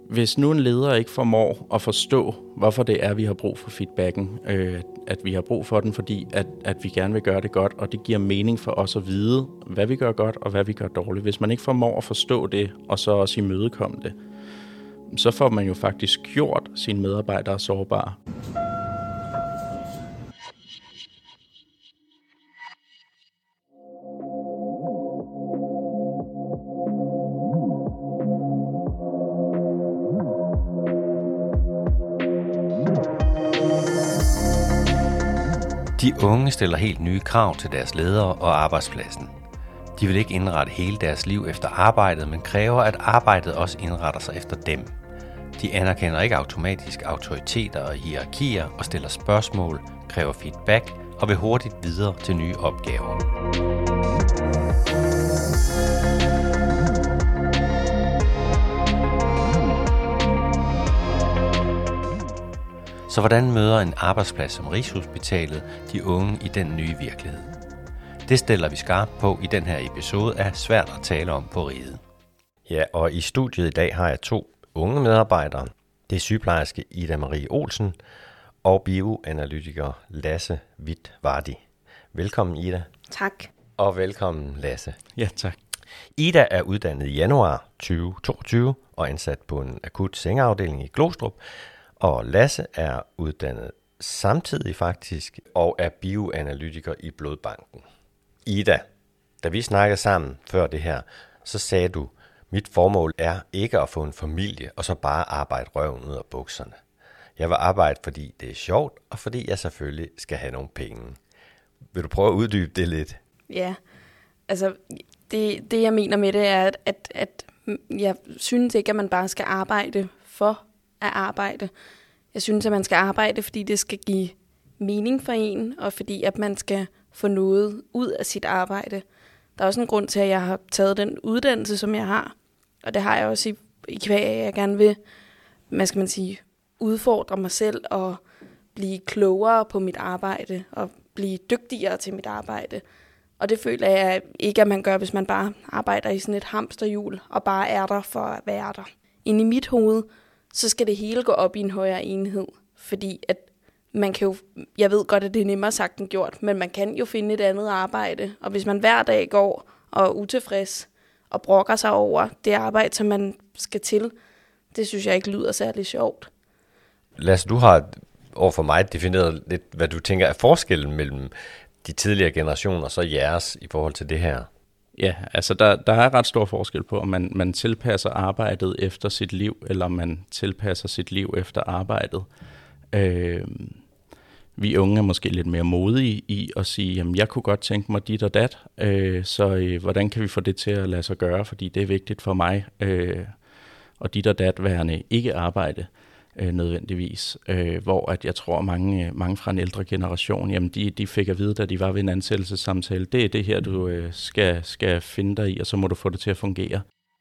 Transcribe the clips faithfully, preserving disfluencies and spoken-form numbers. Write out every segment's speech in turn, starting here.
Hvis nu en leder ikke formår at forstå, hvorfor det er, vi har brug for feedbacken, øh, at vi har brug for den, fordi at, at vi gerne vil gøre det godt, og det giver mening for os at vide, hvad vi gør godt og hvad vi gør dårligt. Hvis man ikke formår at forstå det, og så også imødekomme det, så får man jo faktisk gjort sine medarbejdere sårbare. De unge stiller helt nye krav til deres ledere og arbejdspladsen. De vil ikke indrette hele deres liv efter arbejdet, men kræver, at arbejdet også indretter sig efter dem. De anerkender ikke automatisk autoriteter og hierarkier og stiller spørgsmål, kræver feedback og vil hurtigt videre til nye opgaver. Så hvordan møder en arbejdsplads som Rigshospitalet de unge i den nye virkelighed? Det stiller vi skarpt på i den her episode af Svært at tale om på Riget. Ja, og i studiet i dag har jeg to unge medarbejdere. Det er sygeplejerske Ida Marie Olsen og bioanalytiker Lasse Witt-Vardi. Velkommen, Ida. Tak. Og velkommen, Lasse. Ja, tak. Ida er uddannet i januar tyve toogtyve og ansat på en akut sengeafdeling i Glostrup. Og Lasse er uddannet samtidig faktisk og er bioanalytiker i Blodbanken. Ida, da vi snakkede sammen før det her, så sagde du, mit formål er ikke at få en familie og så bare arbejde røven ud af bukserne. Jeg vil arbejde, fordi det er sjovt, og fordi jeg selvfølgelig skal have nogle penge. Vil du prøve at uddybe det lidt? Ja, altså det, det jeg mener med det er, at, at, at jeg synes ikke, at man bare skal arbejde for at arbejde. Jeg synes, at man skal arbejde, fordi det skal give mening for en, og fordi at man skal få noget ud af sit arbejde. Der er også en grund til, at jeg har taget den uddannelse, som jeg har. Og det har jeg også i, i kvæg, at jeg gerne vil, hvad skal man sige, udfordre mig selv og blive klogere på mit arbejde og blive dygtigere til mit arbejde. Og det føler jeg ikke, at man gør, hvis man bare arbejder i sådan et hamsterhjul og bare er der for at være der. Inde i mit hoved, så skal det hele gå op i en højere enhed, fordi at man kan jo, jeg ved godt, at det er nemmere sagt end gjort, men man kan jo finde et andet arbejde, og hvis man hver dag går og er utilfreds og brokker sig over det arbejde, som man skal til, det synes jeg ikke lyder særlig sjovt. Lasse, du har overfor mig defineret lidt, hvad du tænker er forskellen mellem de tidligere generationer og så jeres i forhold til det her. Ja, altså der, der er ret stor forskel på, om man, man tilpasser arbejdet efter sit liv, eller om man tilpasser sit liv efter arbejdet. Øh, vi unge er måske lidt mere modige i at sige, jamen jeg kunne godt tænke mig dit og dat, øh, så øh, hvordan kan vi få det til at lade sig gøre, fordi det er vigtigt for mig, øh, og dit og dat værende ikke arbejde øh, nødvendigvis. Øh, hvor at jeg tror, mange, mange fra en ældre generation, jamen de, de fik at vide, da de var ved en ansættelsessamtale, det er det her, du øh, skal, skal finde dig i, og så må du få det til at fungere.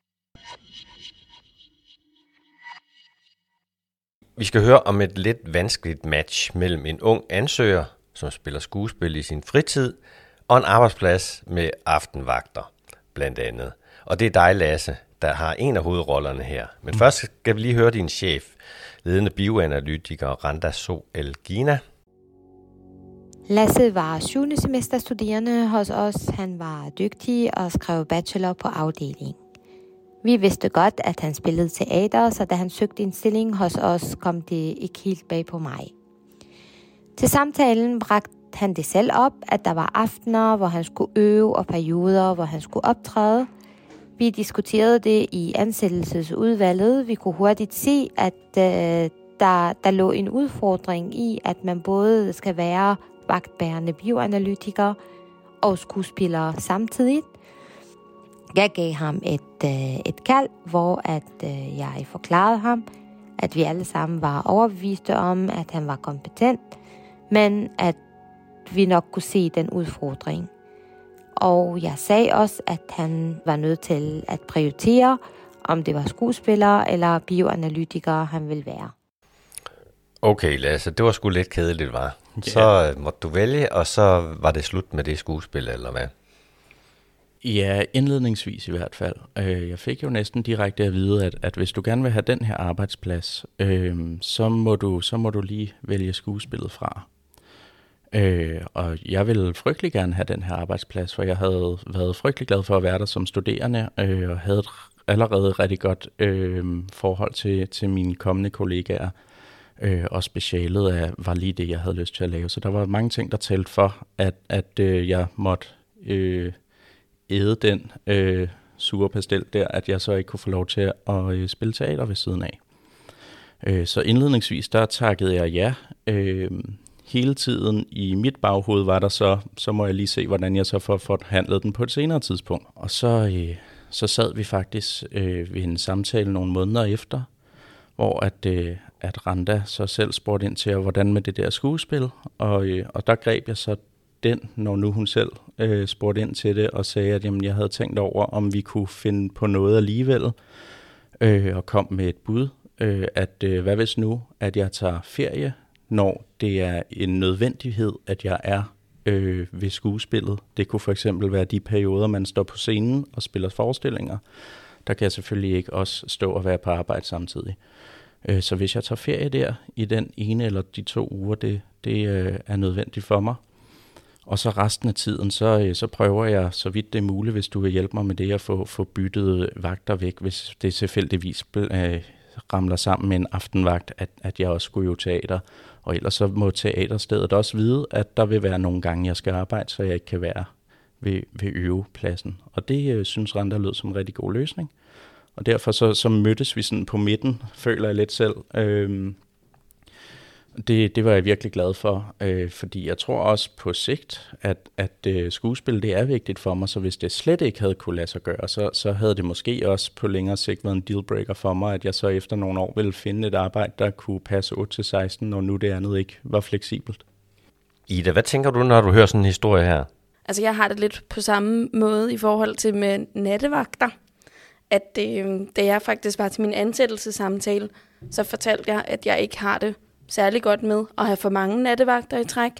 Vi skal høre om et lidt vanskeligt match mellem en ung ansøger, som spiller skuespil i sin fritid, og en arbejdsplads med aftenvagter, blandt andet. Og det er dig, Lasse, der har en af hovedrollerne her. Men mm. først skal vi lige høre din chef, ledende bioanalytiker Randa So Elgina. Lasse var syvende semester studerende hos os. Han var dygtig og skrev bachelor på afdelingen. Vi vidste godt, at han spillede teater, så da han søgte en stilling hos os, kom det ikke helt bag på mig. Til samtalen bragte han det selv op, at der var aftener, hvor han skulle øve, og perioder, hvor han skulle optræde. Vi diskuterede det i ansættelsesudvalget. Vi kunne hurtigt se, at øh, der, der lå en udfordring i, at man både skal være vagtbærende bioanalytiker og skuespiller samtidig. Jeg gav ham et, øh, et kald, hvor at, øh, jeg forklarede ham, at vi alle sammen var overbeviste om, at han var kompetent, men at vi nok kunne se den udfordring. Og jeg sagde også, at han var nødt til at prioritere, om det var skuespiller eller bioanalytiker, han ville være. Okay, Lasse, det var sgu lidt kedeligt, var. Yeah. Så øh, måtte du vælge, og så var det slut med det skuespil, eller hvad? Ja, indledningsvis i hvert fald. Jeg fik jo næsten direkte at vide, at, at hvis du gerne vil have den her arbejdsplads, øh, så, må du, så må du lige vælge skuespillet fra. Øh, og jeg ville frygtelig gerne have den her arbejdsplads, for jeg havde været frygtelig glad for at være der som studerende, øh, og havde et allerede rigtig godt øh, forhold til, til mine kommende kollegaer. Øh, og specialet af, var lige det, jeg havde lyst til at lave. Så der var mange ting, der talte for, at, at øh, jeg måtte øh, æde den øh, sure pastel der, at jeg så ikke kunne få lov til at øh, spille teater ved siden af. Øh, så indledningsvis, der takkede jeg ja. Øh, hele tiden i mit baghoved var der så, så må jeg lige se, hvordan jeg så får forhandlet den på et senere tidspunkt. Og så, øh, så sad vi faktisk øh, ved en samtale nogle måneder efter, hvor at, øh, at Randa så selv spurgte ind til, hvordan med det der skuespil, og, øh, og der greb jeg så den, når nu hun selv øh, spurgte ind til det, og sagde, at jamen, jeg havde tænkt over, om vi kunne finde på noget alligevel, øh, og kom med et bud, øh, at øh, hvad hvis nu, at jeg tager ferie, når det er en nødvendighed, at jeg er øh, ved skuespillet. Det kunne for eksempel være de perioder, man står på scenen og spiller forestillinger. Der kan jeg selvfølgelig ikke også stå og være på arbejde samtidig. Så hvis jeg tager ferie der i den ene eller de to uger, det, det er nødvendigt for mig. Og så resten af tiden, så, så prøver jeg, så vidt det er muligt, hvis du vil hjælpe mig med det, at få, få byttet vagter væk, hvis det tilfældigvis øh, ramler sammen med en aftenvagt, at, at jeg også skulle jo teater. Og ellers så må teaterstedet også vide, at der vil være nogle gange, jeg skal arbejde, så jeg ikke kan være ved, ved øvepladsen. Og det øh, synes Randa lød som en rigtig god løsning. Og derfor så, så mødtes vi sådan på midten, føler jeg lidt selv. Øhm, det, det var jeg virkelig glad for, øh, fordi jeg tror også på sigt, at, at øh, skuespil det er vigtigt for mig, så hvis det slet ikke havde kunne lade sig gøre, så, så havde det måske også på længere sigt været en dealbreaker for mig, at jeg så efter nogle år ville finde et arbejde, der kunne passe otte til seksten, når nu det andet ikke var fleksibelt. Ida, hvad tænker du, når du hører sådan en historie her? Altså jeg har det lidt på samme måde i forhold til med nattevagter. At øh, da jeg faktisk var til min ansættelsessamtale, så fortalte jeg, at jeg ikke har det særlig godt med at have for mange nattevagter i træk,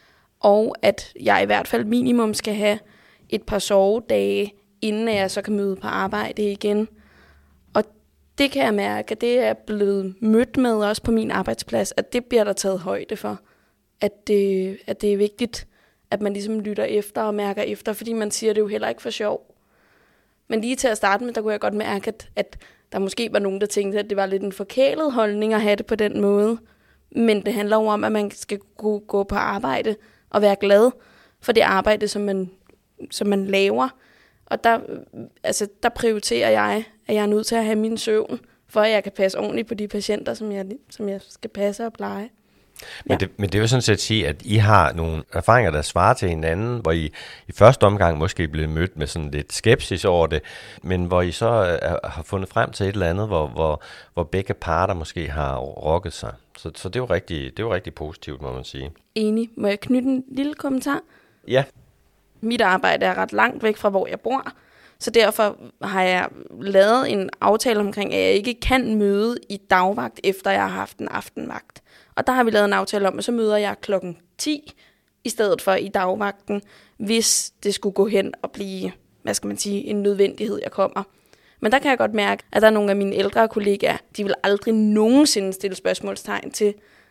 og at jeg i hvert fald minimum skal have et par sovedage, inden jeg så kan møde på arbejde igen. Og det kan jeg mærke, at det er blevet mødt med også på min arbejdsplads, at det bliver der taget højde for, at det, at det er vigtigt, at man ligesom lytter efter og mærker efter, fordi man siger det jo heller ikke for sjov. Men lige til at starte med, der kunne jeg godt mærke, at, at der måske var nogen, der tænkte, at det var lidt en forkælet holdning at have det på den måde. Men det handler jo om, at man skal kunne gå på arbejde og være glad for det arbejde, som man, som man laver. Og der, altså, der prioriterer jeg, at jeg er nødt til at have min søvn, for at jeg kan passe ordentligt på de patienter, som jeg, som jeg skal passe og pleje. Men, ja. det, men det vil sådan set sige, at I har nogle erfaringer, der svarer til hinanden, hvor I i første omgang måske blev mødt med sådan lidt skepsis over det, men hvor I så er, har fundet frem til et eller andet, hvor, hvor, hvor begge parter måske har rokket sig. Så, så det er jo rigtig, det er jo rigtig positivt, må man sige. Enig. Må jeg knytte en lille kommentar? Ja. Mit arbejde er ret langt væk fra, hvor jeg bor, så derfor har jeg lavet en aftale omkring, at jeg ikke kan møde i dagvagt, efter jeg har haft en aftenvagt. Og der har vi lavet en aftale om, at så møder jeg klokken ti, i stedet for i dagvagten, hvis det skulle gå hen og blive, hvad skal man sige, en nødvendighed, jeg kommer. Men der kan jeg godt mærke, at der er nogle af mine ældre kollegaer, de vil aldrig nogensinde stille spørgsmålstegn til,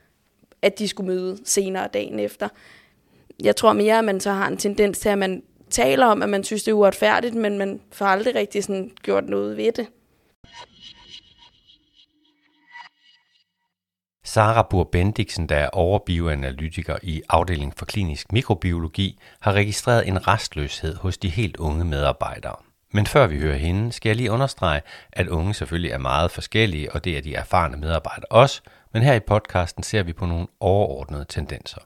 at de skulle møde senere dagen efter. Jeg tror mere, at man så har en tendens til, at man taler om, at man synes, det er uretfærdigt, men man får aldrig rigtig sådan gjort noget ved det. Sara Bur Bendiksen, der er overbioanalytiker i afdelingen for klinisk mikrobiologi, har registreret en restløshed hos de helt unge medarbejdere. Men før vi hører hende, skal jeg lige understrege, at unge selvfølgelig er meget forskellige, og det er de erfarne medarbejdere også, men her i podcasten ser vi på nogle overordnede tendenser.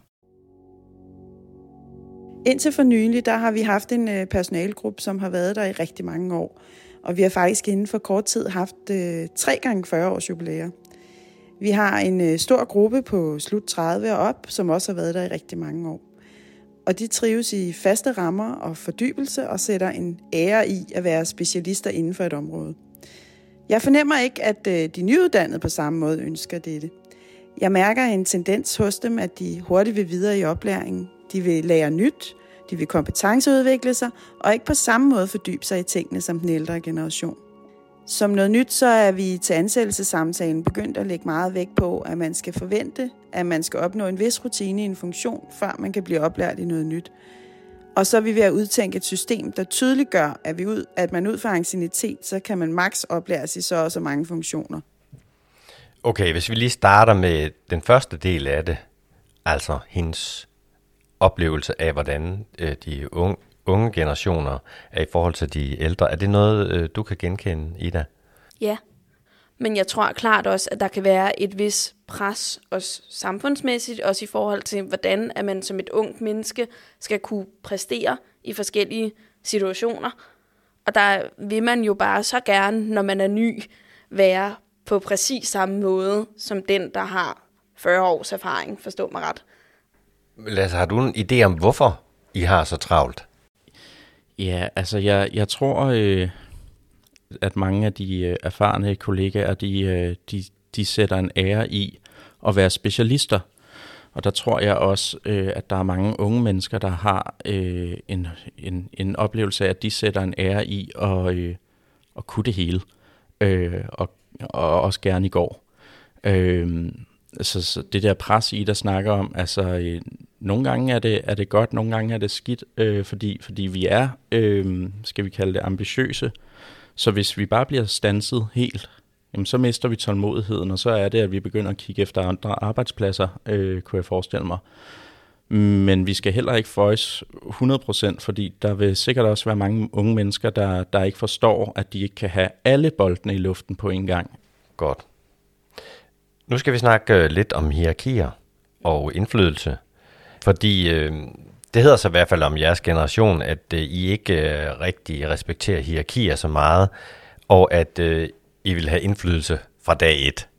Indtil for nylig, der har vi haft en personalegruppe, som har været der i rigtig mange år, og vi har faktisk inden for kort tid haft øh, tre gange fyrre års jubilæer. Vi har en stor gruppe på slut tredive og op, som også har været der i rigtig mange år. Og de trives i faste rammer og fordybelse og sætter en ære i at være specialister inden for et område. Jeg fornemmer ikke, at de nyuddannede på samme måde ønsker dette. Jeg mærker en tendens hos dem, at de hurtigt vil videre i oplæringen. De vil lære nyt, De vil kompetenceudvikle sig, og ikke på samme måde fordybe sig i tingene som den ældre generation. Som noget nyt, så er vi til ansættelsessamtalen begyndt at lægge meget vægt på, at man skal forvente, at man skal opnå en vis rutine i en funktion, før man kan blive oplært i noget nyt. Og så er vi ved at udtænke et system, der tydeligt gør, at, vi ud, at man ud fra anciennitet, så kan man maks oplæres i så og så mange funktioner. Okay, hvis vi lige starter med den første del af det, altså hendes oplevelse af, hvordan øh, de unge, unge generationer er i forhold til de ældre. Er det noget, øh, du kan genkende, Ida? Ja, men jeg tror klart også, at der kan være et vis pres, også samfundsmæssigt, også i forhold til, hvordan at man som et ungt menneske skal kunne præstere i forskellige situationer. Og der vil man jo bare så gerne, når man er ny, være på præcis samme måde som den, der har fyrre års erfaring, forstå mig ret. Lasse, har du en idé om, hvorfor I har så travlt? Ja, altså jeg, jeg tror, øh, at mange af de øh, erfarne kollegaer, de, øh, de, de sætter en ære i at være specialister. Og der tror jeg også, øh, at der er mange unge mennesker, der har øh, en, en, en oplevelse af, at de sætter en ære i at, øh, at kunne det hele. Øh, og, og også gerne i går. Øh, så, så det der pres, I der snakker om, altså øh, nogle gange er det, er det godt, nogle gange er det skidt, øh, fordi, fordi vi er, øh, skal vi kalde det, ambitiøse. Så hvis vi bare bliver standset helt, jamen, så mister vi tålmodigheden, og så er det, at vi begynder at kigge efter andre arbejdspladser, øh, kunne jeg forestille mig. Men vi skal heller ikke føjes hundrede procent, fordi der vil sikkert også være mange unge mennesker, der, der ikke forstår, at de ikke kan have alle boldene i luften på en gang. Godt. Nu skal vi snakke lidt om hierarkier og indflydelse, fordi øh, det hedder så i hvert fald om jeres generation, at øh, I ikke øh, rigtig respekterer hierarkier så meget, og at øh, I vil have indflydelse fra dag et.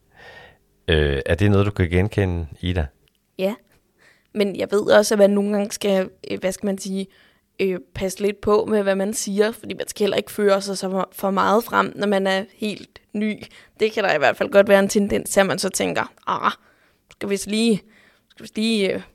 Øh, er det noget, du kan genkende, Ida? Ja, men jeg ved også, at man nogle gange skal, hvad skal man sige, øh, passe lidt på med, hvad man siger, fordi man skal heller ikke føre sig så for meget frem, når man er helt ny. Det kan der i hvert fald godt være en tendens til, at man så tænker, ah, skal vi lige, skal vi lige øh,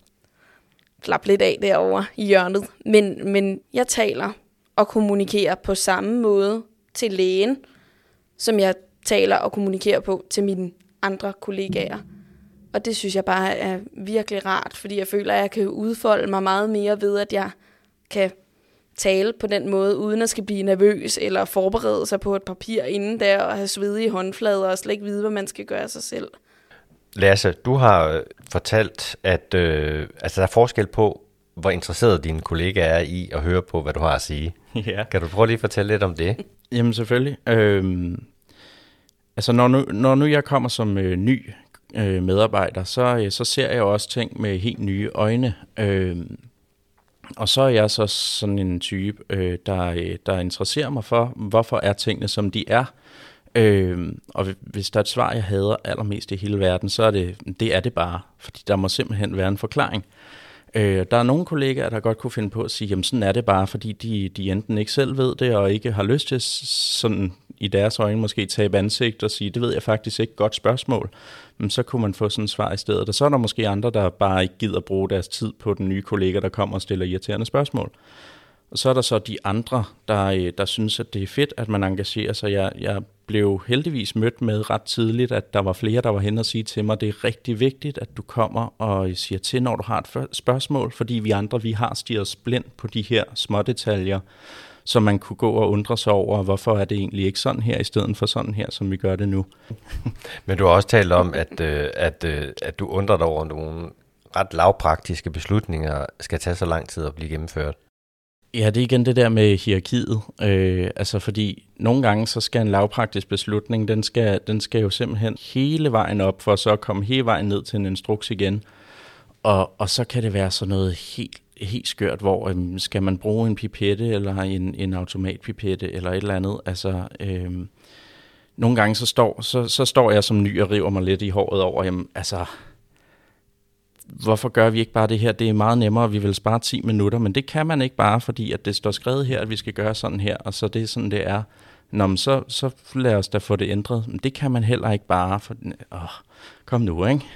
slappe lidt af derovre i hjørnet. Men, men jeg taler og kommunikerer på samme måde til lægen, som jeg taler og kommunikerer på til mine andre kollegaer. Og det synes jeg bare er virkelig rart, fordi jeg føler, at jeg kan udfolde mig meget mere ved, at jeg kan tale på den måde, uden at skal blive nervøs eller forberede sig på et papir inden der og have svedige håndflader og slet ikke vide, hvad man skal gøre af sig selv. Lasse, du har fortalt, at øh, altså der er forskel på, hvor interesseret dine kollegaer er i at høre på, hvad du har at sige. Ja. Kan du prøve lige at fortælle lidt om det? Jamen selvfølgelig. Øhm, altså når nu, når nu jeg kommer som øh, ny øh, medarbejder, så, øh, så ser jeg jo også ting med helt nye øjne. Øhm, og så er jeg så sådan en type, øh, der, der interesserer mig for, hvorfor er tingene, som de er. Øhm, og hvis der er et svar, jeg hader allermest i hele verden, så er det, det er det bare. Fordi der må simpelthen være en forklaring. Øh, der er nogle kollegaer, der godt kunne finde på at sige, jamen sådan er det bare, fordi de, de enten ikke selv ved det, og ikke har lyst til sådan i deres øjne måske tabe ansigt og sige, det ved jeg faktisk ikke, godt spørgsmål. Men så kunne man få sådan et svar i stedet. Og så er der måske andre, der bare ikke gider bruge deres tid på den nye kollega, der kommer og stiller irriterende spørgsmål. Og så er der så de andre, der, der synes, at det er fedt, at man engagerer sig. Jeg, jeg blev heldigvis mødt med ret tidligt, at der var flere, der var hen og sige til mig, det er rigtig vigtigt, at du kommer og siger til, når du har et spørgsmål, fordi vi andre, vi har stirret os blind på de her små detaljer, så man kunne gå og undre sig over, hvorfor er det egentlig ikke sådan her, i stedet for sådan her, som vi gør det nu. Men du har også talt om, at, at, at du undrer dig over, at nogle ret lavpraktiske beslutninger skal tage så lang tid at blive gennemført. Ja, det er igen det der med hierarkiet. Øh, altså fordi nogle gange, så skal en lavpraktisk beslutning, den skal, den skal jo simpelthen hele vejen op, for så at komme hele vejen ned til en instruks igen. Og, og så kan det være sådan noget helt, helt skørt, hvor øhm, skal man bruge en pipette, eller en, en automatpipette, eller et eller andet. Altså, øhm, nogle gange, så står, så, så står jeg som ny og river mig lidt i håret over, jamen, altså... Hvorfor gør vi ikke bare det her? Det er meget nemmere, vi vil spare ti minutter, men det kan man ikke bare, fordi at det står skrevet her, at vi skal gøre sådan her, og så det er sådan, det er. Nå, men så, så lad os da få det ændret. Men det kan man heller ikke bare, for åh, kom nu, ikke?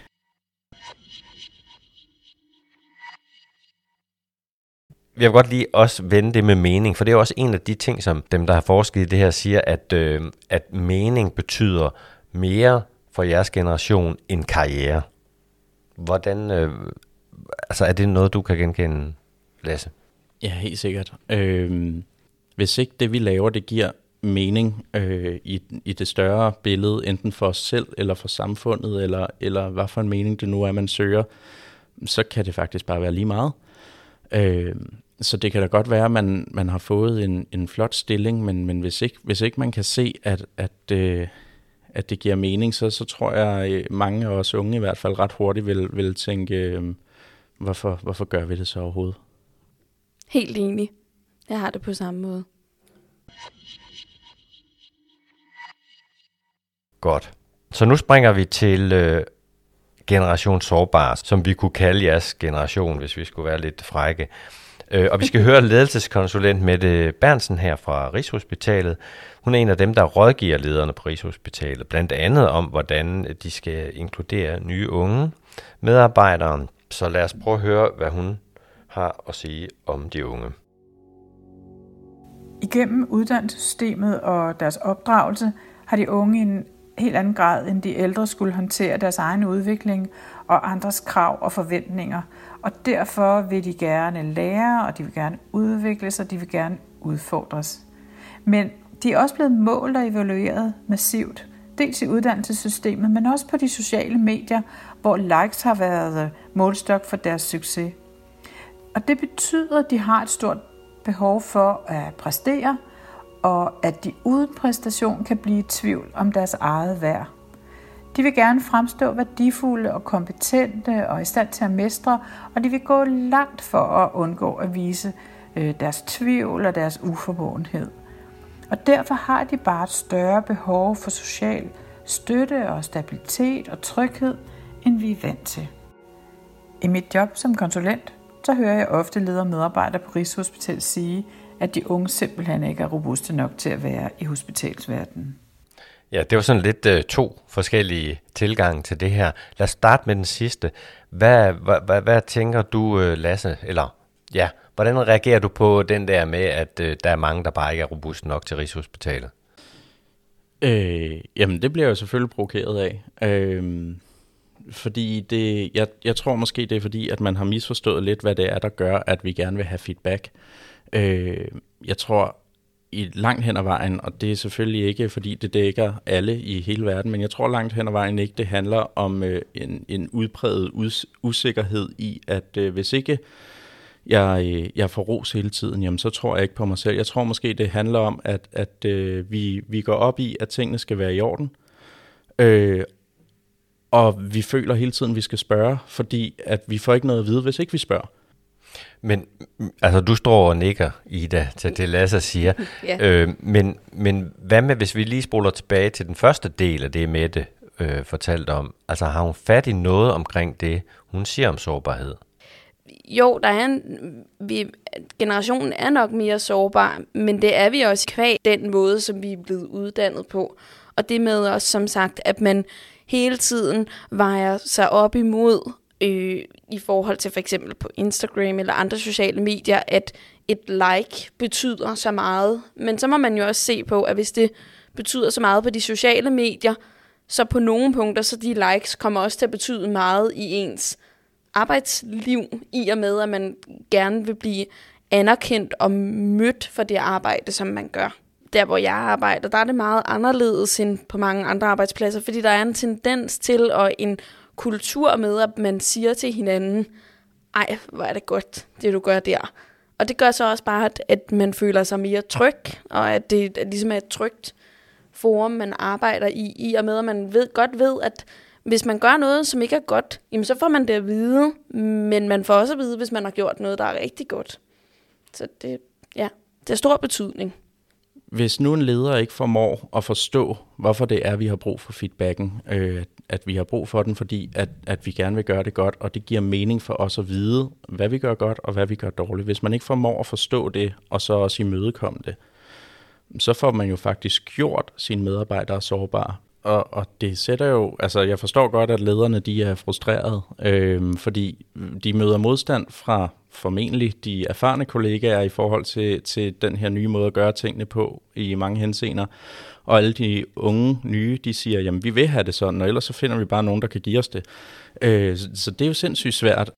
Jeg vil godt lige også vende det med mening, for det er også en af de ting, som dem, der har forsket i det her, siger, at, øh, at mening betyder mere for jeres generation end karriere. Hvordan, øh, altså er det noget, du kan genkende, Lasse? Ja, helt sikkert. Øh, hvis ikke det, vi laver, det giver mening øh, i, i det større billede, enten for os selv, eller for samfundet, eller, eller hvad for en mening det nu er, man søger, så kan det faktisk bare være lige meget. Øh, så det kan da godt være, at man, man har fået en, en flot stilling, men, men hvis, ikke, hvis ikke man kan se, at, at, øh, at det giver mening, så, så tror jeg, mange af os unge i hvert fald ret hurtigt vil, vil tænke, øh, hvorfor, hvorfor gør vi det så overhovedet? Helt enig. Jeg har det på samme måde. Godt. Så nu springer vi til øh, generation sårbare, som vi kunne kalde jeres generation, hvis vi skulle være lidt frække. Øh, og vi skal høre ledelseskonsulent Mette Berntsen her fra Rigshospitalet. Hun er en af dem, der rådgiver lederne på Rigshospitalet, blandt andet om, hvordan de skal inkludere nye unge medarbejdere. Så lad os prøve at høre, hvad hun har at sige om de unge. Igennem uddannelsessystemet og deres opdragelse har de unge i en helt anden grad end de ældre skulle håndtere deres egen udvikling og andres krav og forventninger. Og derfor vil de gerne lære, og de vil gerne udvikle sig, og de vil gerne udfordres. Men de er også blevet målt og evalueret massivt, dels i uddannelsessystemet, men også på de sociale medier, hvor likes har været målstok for deres succes. Og det betyder, at de har et stort behov for at præstere, og at de uden præstation kan blive i tvivl om deres eget værd. De vil gerne fremstå værdifulde og kompetente og i stand til at mestre, og de vil gå langt for at undgå at vise øh, deres tvivl og deres uformåenhed. Og derfor har de bare et større behov for social støtte og stabilitet og tryghed, end vi er vant til. I mit job som konsulent, så hører jeg ofte ledere og medarbejdere på Rigshospitalet sige, at de unge simpelthen ikke er robuste nok til at være i hospitalsverdenen. Ja, det var sådan lidt uh, to forskellige tilgange til det her. Lad os starte med den sidste. Hvad, hvad, hvad, hvad tænker du, Lasse, eller ja, hvordan reagerer du på den der med, at uh, der er mange, der bare ikke er robuste nok til Rigshospitalet? Øh, jamen, det bliver jeg jo selvfølgelig provokeret af. Øh, fordi det, jeg, jeg tror måske, det er fordi, at man har misforstået lidt, hvad det er, der gør, at vi gerne vil have feedback. Øh, jeg tror i langt hen ad vejen, og det er selvfølgelig ikke, fordi det dækker alle i hele verden, men jeg tror langt hen ad vejen ikke, det handler om øh, en, en udpræget us- usikkerhed i, at øh, hvis ikke jeg, øh, jeg får ros hele tiden, jamen så tror jeg ikke på mig selv. Jeg tror måske, det handler om, at, at øh, vi, vi går op i, at tingene skal være i orden, øh, og vi føler hele tiden, at vi skal spørge, fordi at vi får ikke noget at vide, hvis ikke vi spørger. Men altså, du står og nikker, Ida, til det Lasse siger. Ja. øh, men, men hvad med, hvis vi lige spoler tilbage til den første del af det, Mette øh, fortalte om? Altså, har hun fat i noget omkring det, hun siger om sårbarhed? Jo, der er en, vi, generationen er nok mere sårbar, men det er vi også kvæg den måde, som vi er blevet uddannet på. Og det med også, som sagt, at man hele tiden vejer sig op imod Øh, i forhold til for eksempel på Instagram eller andre sociale medier, at et like betyder så meget. Men så må man jo også se på, at hvis det betyder så meget på de sociale medier, så på nogle punkter, så de likes kommer også til at betyde meget i ens arbejdsliv, i og med, at man gerne vil blive anerkendt og mødt for det arbejde, som man gør. Der, hvor jeg arbejder, der er det meget anderledes end på mange andre arbejdspladser, fordi der er en tendens til og en kultur med, at man siger til hinanden, ej, hvor er det godt, det du gør der. Og det gør så også bare, at, at man føler sig mere tryg, og at det at ligesom er et trygt forum, man arbejder i, i og med, at man ved, godt ved, at hvis man gør noget, som ikke er godt, jamen så får man det at vide, men man får også at vide, hvis man har gjort noget, der er rigtig godt. Så det, ja, det har stor betydning. Hvis nu en leder ikke formår at forstå, hvorfor det er, vi har brug for feedbacken, øh, at vi har brug for den, fordi at, at vi gerne vil gøre det godt, og det giver mening for os at vide, hvad vi gør godt og hvad vi gør dårligt. Hvis man ikke formår at forstå det, og så også imødekomme det, så får man jo faktisk gjort sine medarbejdere sårbare. Og, og det sætter jo, altså jeg forstår godt, at lederne de er frustrerede, øh, fordi de møder modstand fra formentlig de erfarne kollegaer i forhold til, til den her nye måde at gøre tingene på i mange henseender. Og alle de unge nye, de siger, jamen vi vil have det sådan, og ellers så finder vi bare nogen, der kan give os det. Øh, så, så det er jo sindssygt svært.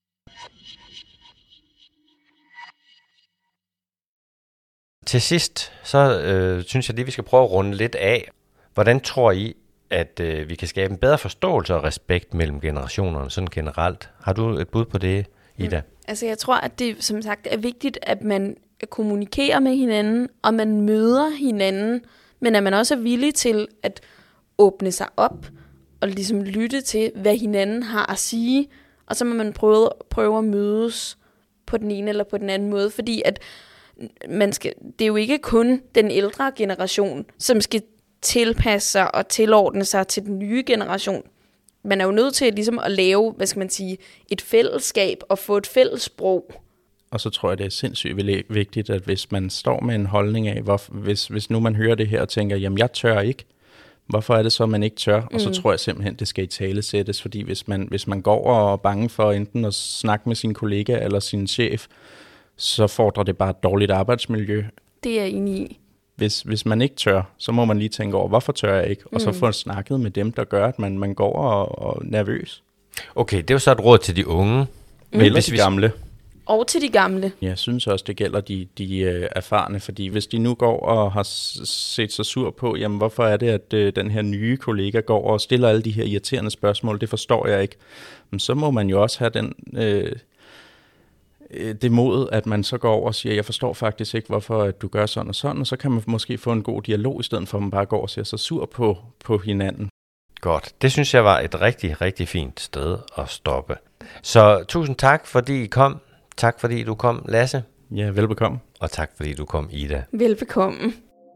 Til sidst, så øh, synes jeg lige, vi skal prøve at runde lidt af. Hvordan tror I, at øh, vi kan skabe en bedre forståelse og respekt mellem generationerne sådan generelt? Har du et bud på det, Ida? Mm. Altså jeg tror, at det som sagt er vigtigt, at man kommunikerer med hinanden, og man møder hinanden, men at man også er villig til at åbne sig op og ligesom lytte til, hvad hinanden har at sige, og så må man prøve, prøve at mødes på den ene eller på den anden måde, fordi at man skal, det er jo ikke kun den ældre generation, som skal tilpasse sig og tilordne sig til den nye generation. Man er jo nødt til ligesom at lave, hvad skal man sige, et fællesskab og få et fælles sprog. Og så tror jeg, det er sindssygt vigtigt, at hvis man står med en holdning af, hvor, hvis, hvis nu man hører det her og tænker, jamen jeg tør ikke, hvorfor er det så, man ikke tør? Mm. Og så tror jeg simpelthen, det skal i tale sættes, fordi hvis man, hvis man går og er bange for enten at snakke med sin kollega eller sin chef, så fordrer det bare et dårligt arbejdsmiljø. Det er jeg enig i. Hvis, hvis man ikke tør, så må man lige tænke over, hvorfor tør jeg ikke? Og mm. så få snakket med dem, der gør, at man, man går og, og er nervøs. Okay, det er jo så et råd til de unge. Mm. Eller de gamle. Og til de gamle. Jeg synes også, det gælder de, de uh, erfarne, fordi hvis de nu går og har set sig sur på, jamen hvorfor er det, at uh, den her nye kollega går og stiller alle de her irriterende spørgsmål, det forstår jeg ikke. Men så må man jo også have den... Uh, det mod, at man så går over og siger, jeg forstår faktisk ikke, hvorfor du gør sådan og sådan, og så kan man måske få en god dialog, i stedet for at man bare går og ser sig sur på, på hinanden. Godt. Det synes jeg var et rigtig, rigtig fint sted at stoppe. Så tusind tak, fordi I kom. Tak, fordi du kom, Lasse. Ja, velbekomme. Og tak, fordi du kom, Ida. Velbekomme.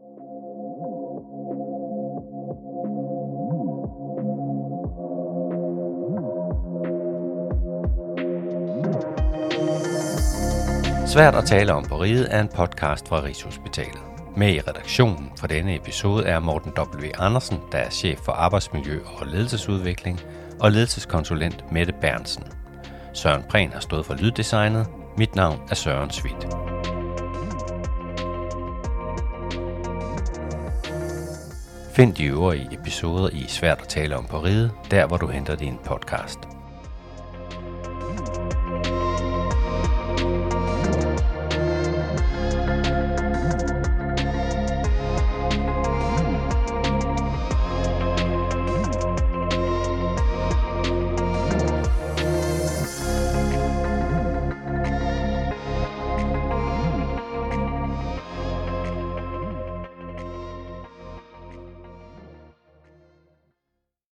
Svært at tale om på riget er en podcast fra Rigshospitalet. Med i redaktionen for denne episode er Morten W. Andersen, der er chef for arbejdsmiljø og ledelsesudvikling, og ledelseskonsulent Mette Bernsen. Søren Prehn har stået for lyddesignet. Mit navn er Søren Svit. Find de øvrige episoder i Svært at tale om på riget, der hvor du henter din podcast.